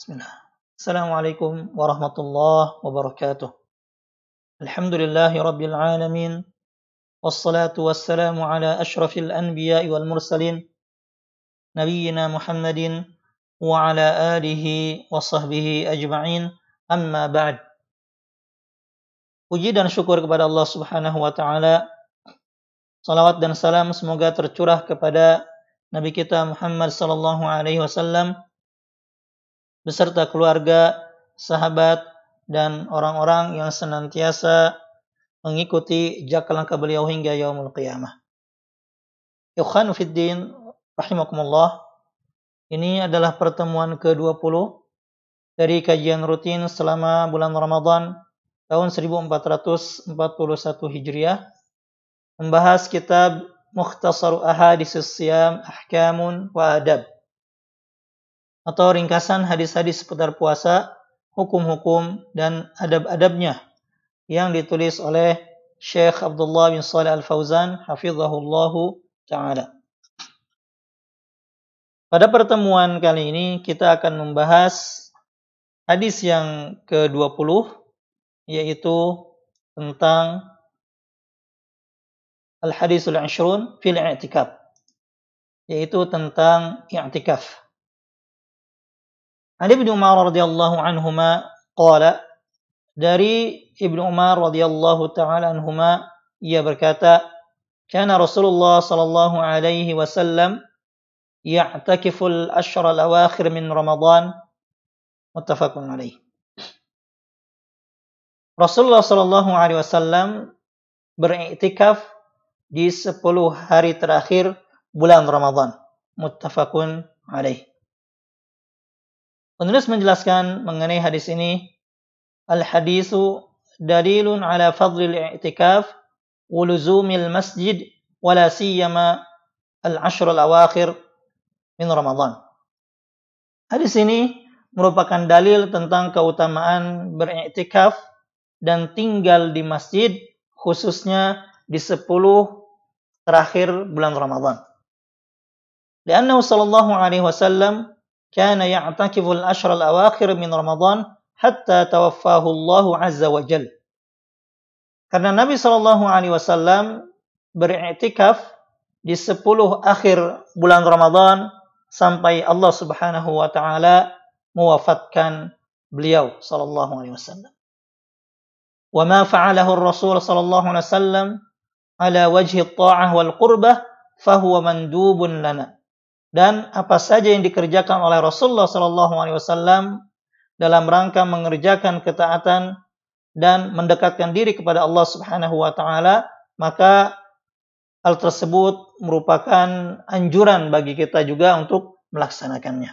Bismillah. Assalamualaikum warahmatullahi wabarakatuh. Alhamdulillahi rabbil alamin. Wassalatu wassalamu ala ashrafil anbiya'i wal mursalin. Nabiyyina Muhammadin wa ala alihi wa sahbihi ajma'in. Amma ba'd. Puji dan syukur kepada Allah Subhanahu wa taala. Salawat dan salam semoga tercurah kepada Nabi kita Muhammad sallallahu alaihi wasallam beserta keluarga, sahabat, dan orang-orang yang senantiasa mengikuti jejak langkah beliau hingga yaumul qiyamah. Ikhwan fiddin, rahimakumullah. Ini adalah pertemuan ke-20 dari kajian rutin selama bulan Ramadan tahun 1441 Hijriah, membahas kitab Mukhtasar Ahaditsus Shiyam, Ahkamun wa Adab, atau ringkasan hadis-hadis seputar puasa, hukum-hukum, dan adab-adabnya yang ditulis oleh Syekh Abdullah bin Shalih Al-Fauzan hafizahullahu ta'ala. Pada pertemuan kali ini kita akan membahas hadis yang ke-20, yaitu tentang Al-Hadisul Ashrun fil I'tikaf, yaitu tentang i'tikaf. An Ibnu Umar radhiyallahu anhuma qala, dari Ibnu Umar radhiyallahu taala anhuma ia berkata, kana Rasulullah sallallahu alaihi wasallam ya'takifu al-ashra al-awakhir min Ramadan, muttafaqun alaih. Rasulullah sallallahu alaihi wasallam beriktikaf di 10 hari terakhir bulan Ramadan, muttafaqun alaih. Penulis menjelaskan mengenai hadis ini, al-hadisu dalilun ala fadlil i'tikaf wa luzumil masjid wa la siyama al-ashr al-awakhir min Ramadan. Hadis ini merupakan dalil tentang keutamaan beriktikaf dan tinggal di masjid, khususnya di 10 terakhir bulan Ramadan. Li'annahu sallallahu alaihi wasallam kana ya'takifu al-ashr al-awakhir min Ramadan hatta tawaffahu Allah azza wa jalla. Karena Nabi sallallahu alaihi wasallam beriktikaf di 10 akhir bulan Ramadan sampai Allah Subhanahu wa taala mewafatkan beliau sallallahu alaihi wasallam. Wa ma fa'alahu ar-rasul sallallahu alaihi wasallam ala wajhi at-ta'ah wal qurbah fahuwa mandubun lana. Dan apa saja yang dikerjakan oleh Rasulullah sallallahu alaihi wasallam dalam rangka mengerjakan ketaatan dan mendekatkan diri kepada Allah Subhanahu wa taala, maka hal tersebut merupakan anjuran bagi kita juga untuk melaksanakannya.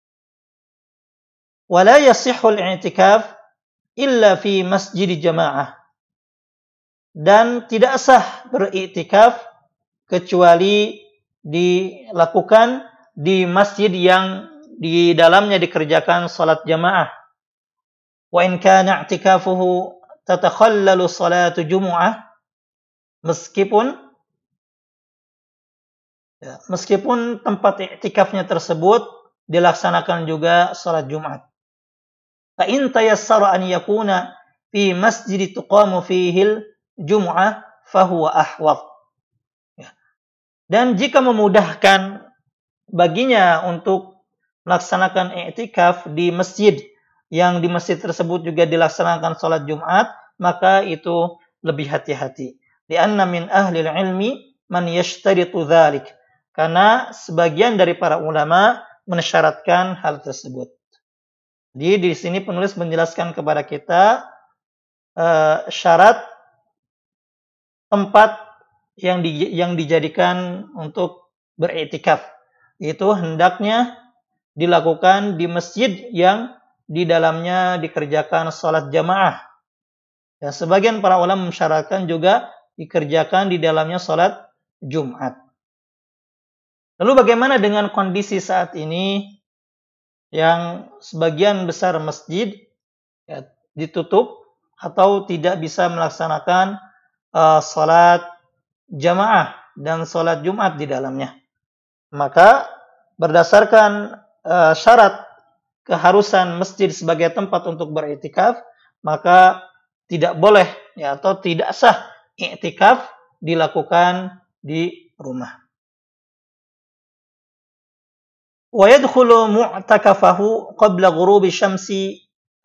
Wala yasihhul i'tikaf illa fi masjid jamaah. Dan tidak sah beriktikaf kecuali dilakukan di masjid yang di dalamnya dikerjakan salat jamaah. Wa in kana i'tikafuhu tatakhallalu salatu jumu'ah, meskipun tempat i'tikafnya tersebut dilaksanakan juga salat Jumat. Fa in tayassara an yakuna fi masjid tuqamu fihi al-jumu'ah fahuwa ahwat. Dan jika memudahkan baginya untuk melaksanakan i'tikaf di masjid yang di masjid tersebut juga dilaksanakan salat Jumat, maka itu lebih hati-hati. Li'anna min ahli ilmi man yashtaritu dzalik. Karena sebagian dari para ulama mensyaratkan hal tersebut. Jadi di sini penulis menjelaskan kepada kita syarat tempat yang dijadikan untuk beriktikaf, itu hendaknya dilakukan di masjid yang di dalamnya dikerjakan salat jamaah. Dan sebagian para ulama mensyaratkan juga dikerjakan di dalamnya salat Jumat. Lalu bagaimana dengan kondisi saat ini yang sebagian besar masjid ditutup atau tidak bisa melaksanakan salat jamaah dan salat Jumat di dalamnya? Maka berdasarkan syarat keharusan masjid sebagai tempat untuk beriktikaf, maka tidak boleh ya atau tidak sah iktikaf dilakukan di rumah. Wa yadkhulu mu'takafahu qabla ghurubi syamsi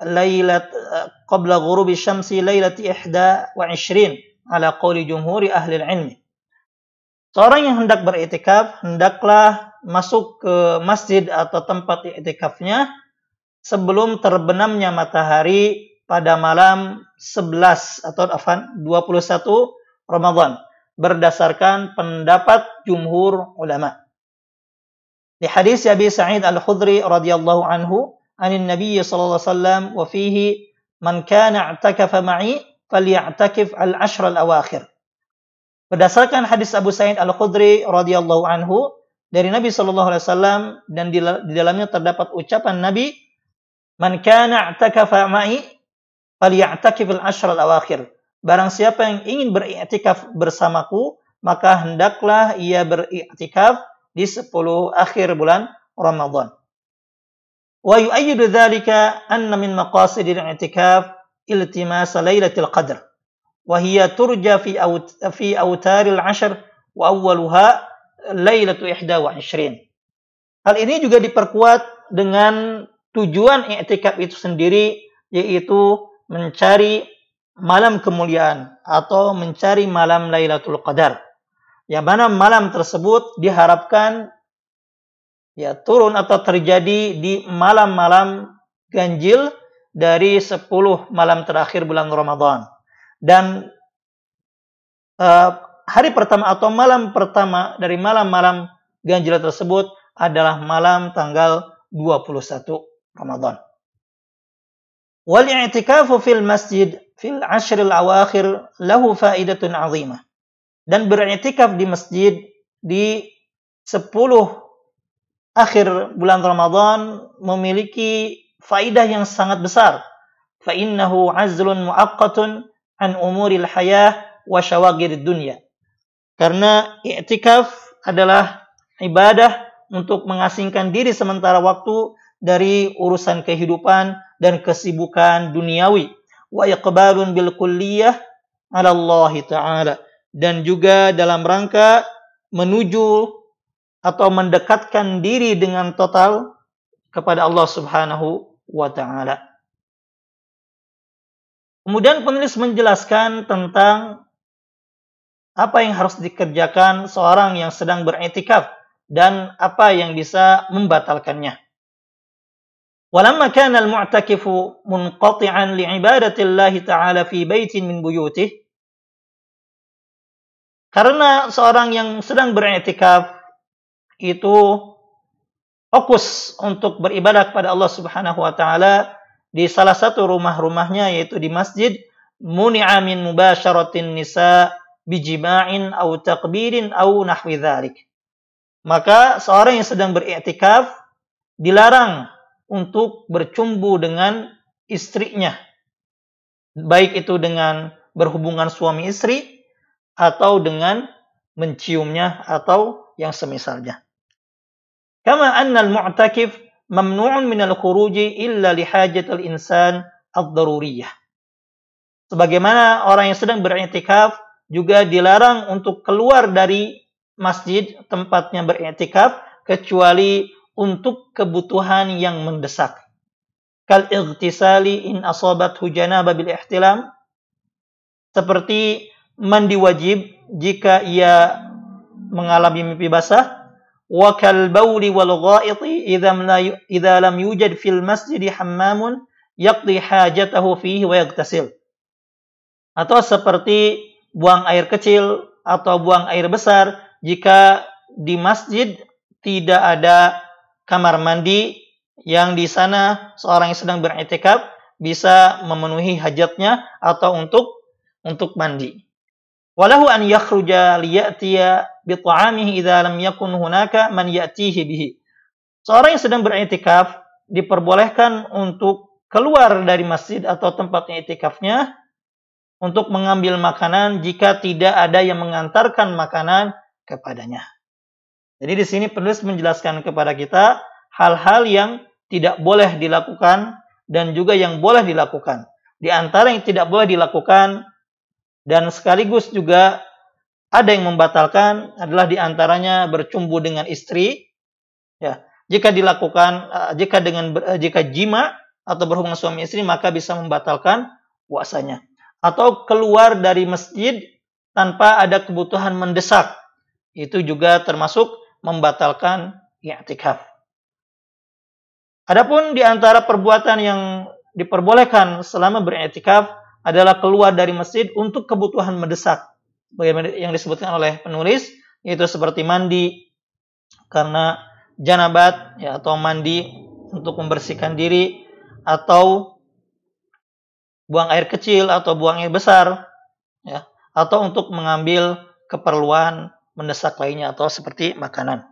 lailati 21 ala qauli jumhuri ahli ilmi. Seorang yang hendak beriktikaf hendaklah masuk ke masjid atau tempat iktikafnya sebelum terbenamnya matahari pada malam 11 atau 21 Ramadan berdasarkan pendapat jumhur ulama. Di hadis Abi Sa'id Al-Khudri radhiyallahu anhu, anin Nabi sallallahu alaihi wasallam wa fihi man kana i'takafa ma'i faly'takif al-ashr al-awakhir. Berdasarkan hadis Abu Sa'id Al-Khudri radhiyallahu anhu dari Nabi sallallahu alaihi wasallam dan di dalamnya terdapat ucapan Nabi, man kana i'takafa ma'i faly'takif al-ashr al-awakhir. Barang siapa yang ingin beriktikaf bersamaku, maka hendaklah ia beriktikaf di 10 akhir bulan Ramadan. Wa yu'ayyidu dzalika anna min maqasidil i'tikaf iltimas lailatul qadr. وهي ترجى في أوتار العشر وأولها ليلة 21. Hal ini juga diperkuat dengan tujuan i'tikaf itu sendiri, yaitu mencari malam kemuliaan atau mencari malam Lailatul Qadar. Yang mana malam tersebut diharapkan ya turun atau terjadi di malam-malam ganjil dari 10 malam terakhir bulan Ramadan. Dan hari pertama atau malam pertama dari malam-malam ganjil tersebut adalah malam tanggal 21 Ramadan. Wal i'tikafu fil masjid fil ashril awakhir lahu faidatun 'azimah. Dan beriktikaf di masjid di 10 akhir bulan Ramadan memiliki faidah yang sangat besar. Fa innahu 'azlun mu'aqqatun an umuril hayah wa syawaghirid dunya. Karena i'tikaf adalah ibadah untuk mengasingkan diri sementara waktu dari urusan kehidupan dan kesibukan duniawi. Wa iqbalun bil kulliyah 'ala Allah Ta'ala. Dan juga dalam rangka menuju atau mendekatkan diri dengan total kepada Allah Subhanahu wa Ta'ala. Kemudian penulis menjelaskan tentang apa yang harus dikerjakan seorang yang sedang beriktikaf dan apa yang bisa membatalkannya. Walamma kana al-mu'takifu munqati'an li'ibadati Allah Ta'ala fi baitin min buyutih. Karena seorang yang sedang beriktikaf itu fokus untuk beribadah kepada Allah Subhanahu wa Ta'ala di salah satu rumah-rumahnya, yaitu di masjid, muni'a min mubasyaratin nisa bijima'in aw taqbirin aw nahwi dzalik. Maka seorang yang sedang beriktikaf dilarang untuk bercumbu dengan istrinya, baik itu dengan berhubungan suami istri atau dengan menciumnya atau yang semisalnya. Kama anna al-mu'takif mamnu'un minal khuruji illa lihajatil insan ad-daruriyah. Sebagaimana orang yang sedang beriktikaf juga dilarang untuk keluar dari masjid tempatnya beriktikaf kecuali untuk kebutuhan yang mendesak. Kal ightisali in asabathu janabah bil ihtilam. Seperti mandi wajib jika ia mengalami mimpi basah. Wa kal bauli wal gha'iti idza lam yujad fil masjid hammamun yaqdi hajatahu fihi wa yaghtasil. Atau seperti buang air kecil atau buang air besar jika di masjid tidak ada kamar mandi yang di sana seorang yang sedang beriktikaf bisa memenuhi hajatnya atau untuk mandi. Walahu an yakhruja liya'tiya bi ta'amihi idza lam yakun hunaka man ya'tihi bihi. Seorang yang sedang beriktikaf diperbolehkan untuk keluar dari masjid atau tempat iktikafnya untuk mengambil makanan jika tidak ada yang mengantarkan makanan kepadanya. Jadi di sini penulis menjelaskan kepada kita hal-hal yang tidak boleh dilakukan dan juga yang boleh dilakukan. Di antara yang tidak boleh dilakukan dan sekaligus juga ada yang membatalkan adalah di antaranya bercumbu dengan istri. Ya, jika jima atau berhubungan suami istri maka bisa membatalkan puasanya. Atau keluar dari masjid tanpa ada kebutuhan mendesak. Itu juga termasuk membatalkan i'tikaf. Adapun di antara perbuatan yang diperbolehkan selama beriktikaf adalah keluar dari masjid untuk kebutuhan mendesak. Bagaimana yang disebutkan oleh penulis, yaitu seperti mandi karena janabat ya, atau mandi untuk membersihkan diri, atau buang air kecil atau buang air besar ya, atau untuk mengambil keperluan mendesak lainnya atau seperti makanan.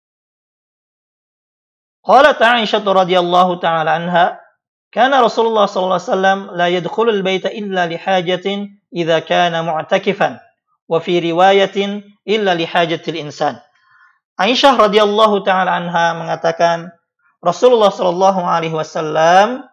Qalat Aisyah radhiyallahu taala anha, kana Rasulullah sallallahu alaihi wasallam la yadkhulul baita illa li hajatin idza kana mu'takifan, wa fi riwayatin illa li hajatil insan. Aisyah radhiyallahu taala anha mengatakan, Rasulullah sallallahu alaihi wasallam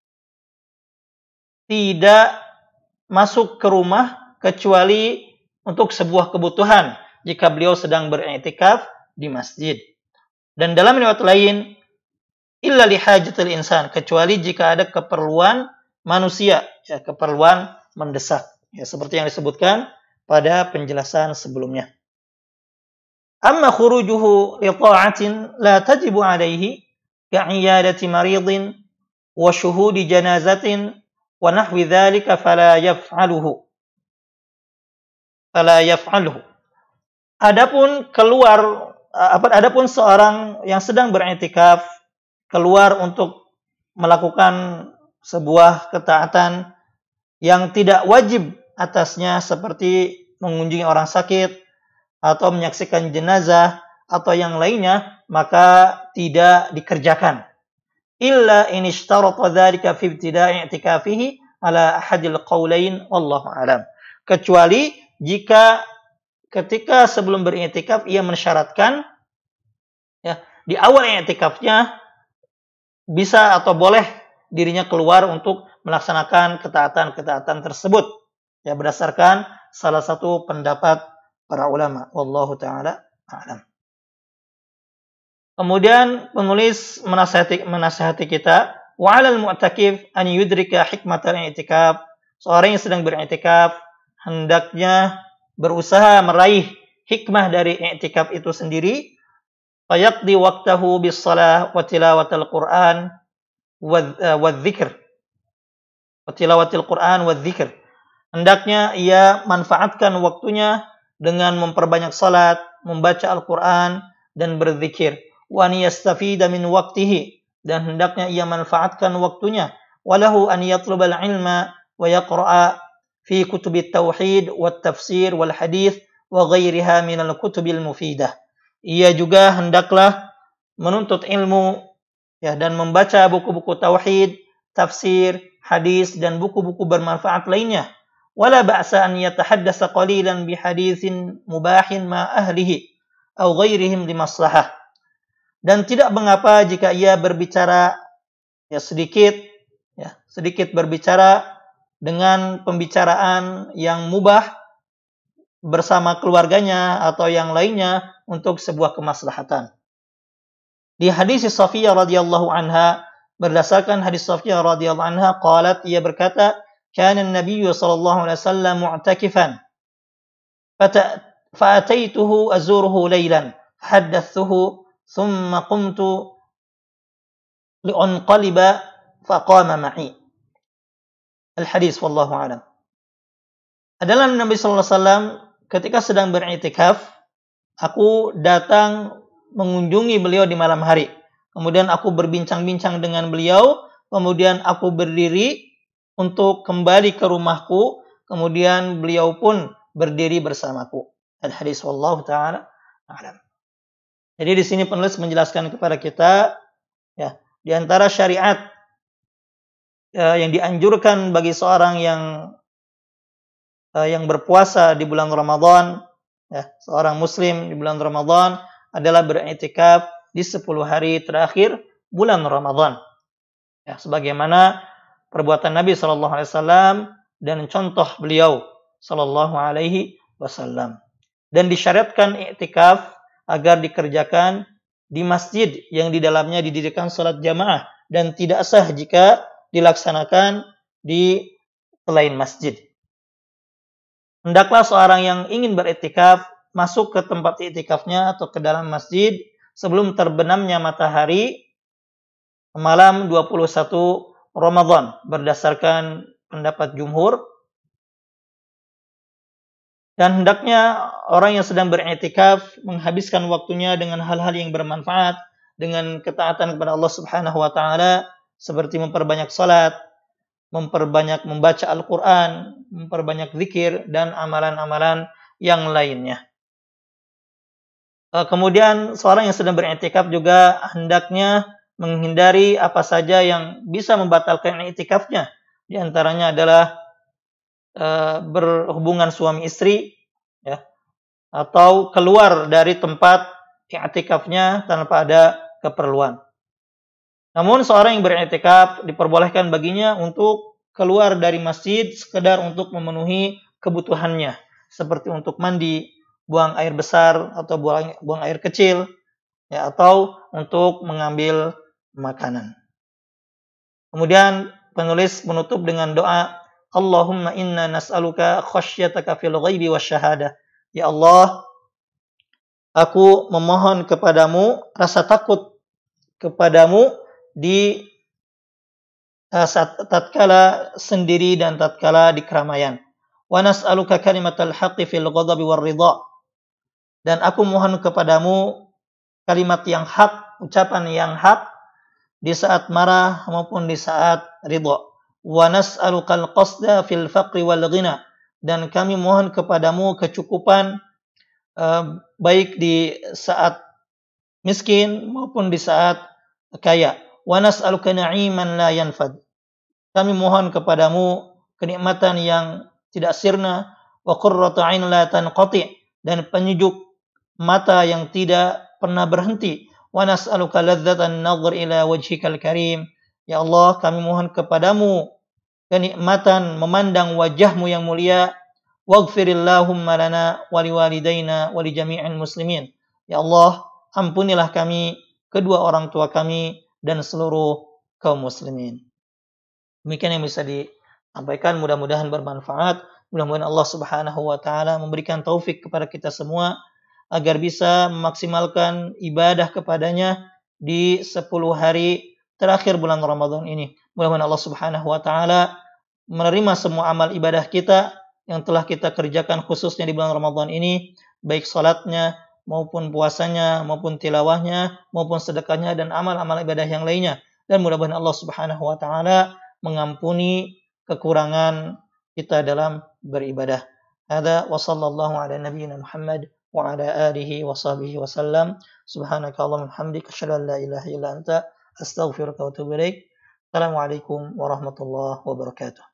tidak masuk ke rumah kecuali untuk sebuah kebutuhan jika beliau sedang beriktikaf di masjid. Dan dalam riwayat lain, illa li hajatil insan, kecuali jika ada keperluan manusia, ya, keperluan mendesak, ya, seperti yang disebutkan pada penjelasan sebelumnya. Amma khurujuhu li ta'atin la tajibu alaihi ka'iyadati maridin wa syuhudi janazatin wa nahwi dzalika fala yaf'aluhu. Adapun seorang yang sedang beriktikaf keluar untuk melakukan sebuah ketaatan yang tidak wajib atasnya seperti mengunjungi orang sakit atau menyaksikan jenazah atau yang lainnya, maka tidak dikerjakan. Illa in ishtarata dzalika fi ibtida'i i'tikafihi ala ahadil qaulain wallahu a'lam. Kecuali jika ketika sebelum beriktikaf ia mensyaratkan ya, di awal i'tikafnya bisa atau boleh dirinya keluar untuk melaksanakan ketaatan-ketaatan tersebut ya, berdasarkan salah satu pendapat para ulama, wallahu taala a'lam. Kemudian penulis menasihati kita, wa 'alal mu'takif an yudrika hikmatal i'tikaf. Seorang yang sedang beriktikaf hendaknya berusaha meraih hikmah dari i'tikaf itu sendiri. Fayaqdi waqtahu bis shalah wa tilawatil Qur'an wa dzikr. Wa tilawatil Qur'an wa dzikr. Hendaknya ia manfaatkan waktunya dengan memperbanyak salat, membaca Al-Qur'an dan berzikir. Wa an yastafida min waqtihi, dan hendaknya ia manfaatkan waktunya. Walahu an yatlubal ilma wa yaqra'a fi kutubit tauhid wat tafsir wal hadis wa ghairiha minal kutubil mufidah. Ia juga hendaklah menuntut ilmu ya, dan membaca buku-buku tauhid, tafsir, hadis dan buku-buku bermanfaat lainnya. Wala ba'sa an yatahaddasa qalilan bi haditsin mubahin ma ahlihi aw ghairihim li maslahah. Dan tidak mengapa jika ia berbicara ya sedikit berbicara dengan pembicaraan yang mubah bersama keluarganya atau yang lainnya untuk sebuah kemaslahatan. Di hadis Safiyah radhiyallahu anha, berdasarkan hadis Safiyah radhiyallahu anha, qalat, ia berkata, kana an-nabiy sallallahu alaihi wasallam mu'takifan fa'ataituhu azuruhu laylan haddathuhu thumma qumtu li'unqaliba faqama ma'i. Al-hadis wallahu a'lam. Adalah Nabi sallallahu alaihi wasallam ketika sedang beriktikaf, aku datang mengunjungi beliau di malam hari. Kemudian aku berbincang-bincang dengan beliau, kemudian aku berdiri untuk kembali ke rumahku, kemudian beliau pun berdiri bersamaku. Al-hadis wallahu taala a'lam. Jadi di sini penulis menjelaskan kepada kita ya, di antara syariat yang dianjurkan bagi seorang yang berpuasa di bulan Ramadan, ya, seorang muslim di bulan Ramadan adalah beriktikaf di 10 hari terakhir bulan Ramadan. Ya, sebagaimana perbuatan Nabi sallallahu alaihi wasallam dan contoh beliau sallallahu alaihi wasallam. Dan disyariatkan i'tikaf agar dikerjakan di masjid yang di dalamnya didirikan salat jamaah dan tidak sah jika dilaksanakan di selain masjid. Hendaklah seorang yang ingin beriktikaf masuk ke tempat iktikafnya atau ke dalam masjid sebelum terbenamnya matahari malam 21 Ramadan berdasarkan pendapat jumhur. Dan hendaknya orang yang sedang beriktikaf menghabiskan waktunya dengan hal-hal yang bermanfaat, dengan ketaatan kepada Allah Subhanahu wa taala seperti memperbanyak salat, memperbanyak membaca Al-Qur'an, memperbanyak zikir dan amalan-amalan yang lainnya. Kemudian seorang yang sedang beriktikaf juga hendaknya menghindari apa saja yang bisa membatalkan iktikafnya. Di antaranya adalah berhubungan suami istri, ya, atau keluar dari tempat i'tikafnya tanpa ada keperluan. Namun seorang yang beriktikaf diperbolehkan baginya untuk keluar dari masjid sekedar untuk memenuhi kebutuhannya, seperti untuk mandi, buang air besar atau buang air kecil, ya, atau untuk mengambil makanan. Kemudian penulis menutup dengan doa, Allahumma inna nas'aluka khasyataka fil ghaibi wasyahadah. Ya Allah, aku memohon kepadamu rasa takut kepadamu di tatkala sendiri dan tatkala di keramaian. Wa nas'aluka kalimatal haqqi fil ghadabi war ridha. Dan aku mohon kepadamu kalimat yang hak, ucapan yang hak di saat marah maupun di saat ridha. Wa nas'alukal qasda fil faqri wal ghina. Dan kami mohon kepadamu kecukupan baik di saat miskin maupun di saat kaya. Wa nas'aluka na'iman la yanfad. Kami mohon kepadamu kenikmatan yang tidak sirna, wa qurratu 'ain la tanqati, dan penyejuk mata yang tidak pernah berhenti. Wa nas'aluka ladzatan nadhr ila wajhikal karim. Ya Allah, kami mohon kepadamu kenikmatan memandang wajahmu yang mulia. Waghfirillahumma lana wa liwalidaina wa li jami'il muslimin. Ya Allah, ampunilah kami, kedua orang tua kami, dan seluruh kaum muslimin. Demikian yang bisa disampaikan, mudah-mudahan bermanfaat. Mudah-mudahan Allah Subhanahu wa taala memberikan taufik kepada kita semua agar bisa memaksimalkan ibadah kepadanya di 10 hari terakhir bulan Ramadan ini. Mudah-mudahan Allah Subhanahu wa taala menerima semua amal ibadah kita yang telah kita kerjakan khususnya di bulan Ramadan ini, baik salatnya maupun puasanya, maupun tilawahnya, maupun sedekahnya dan amal-amal ibadah yang lainnya. Dan mudah-mudahan Allah Subhanahu wa taala mengampuni kekurangan kita dalam beribadah. Hadza wa sallallahu ala nabiyyina Muhammad wa ala alihi wa sahbihi wa sallam. Subhanakallahumma wa bihamdika asyhadu an la ilaha illa anta astaghfiruka wa atubu ilaik. Assalamualaikum warahmatullahi wabarakatuh.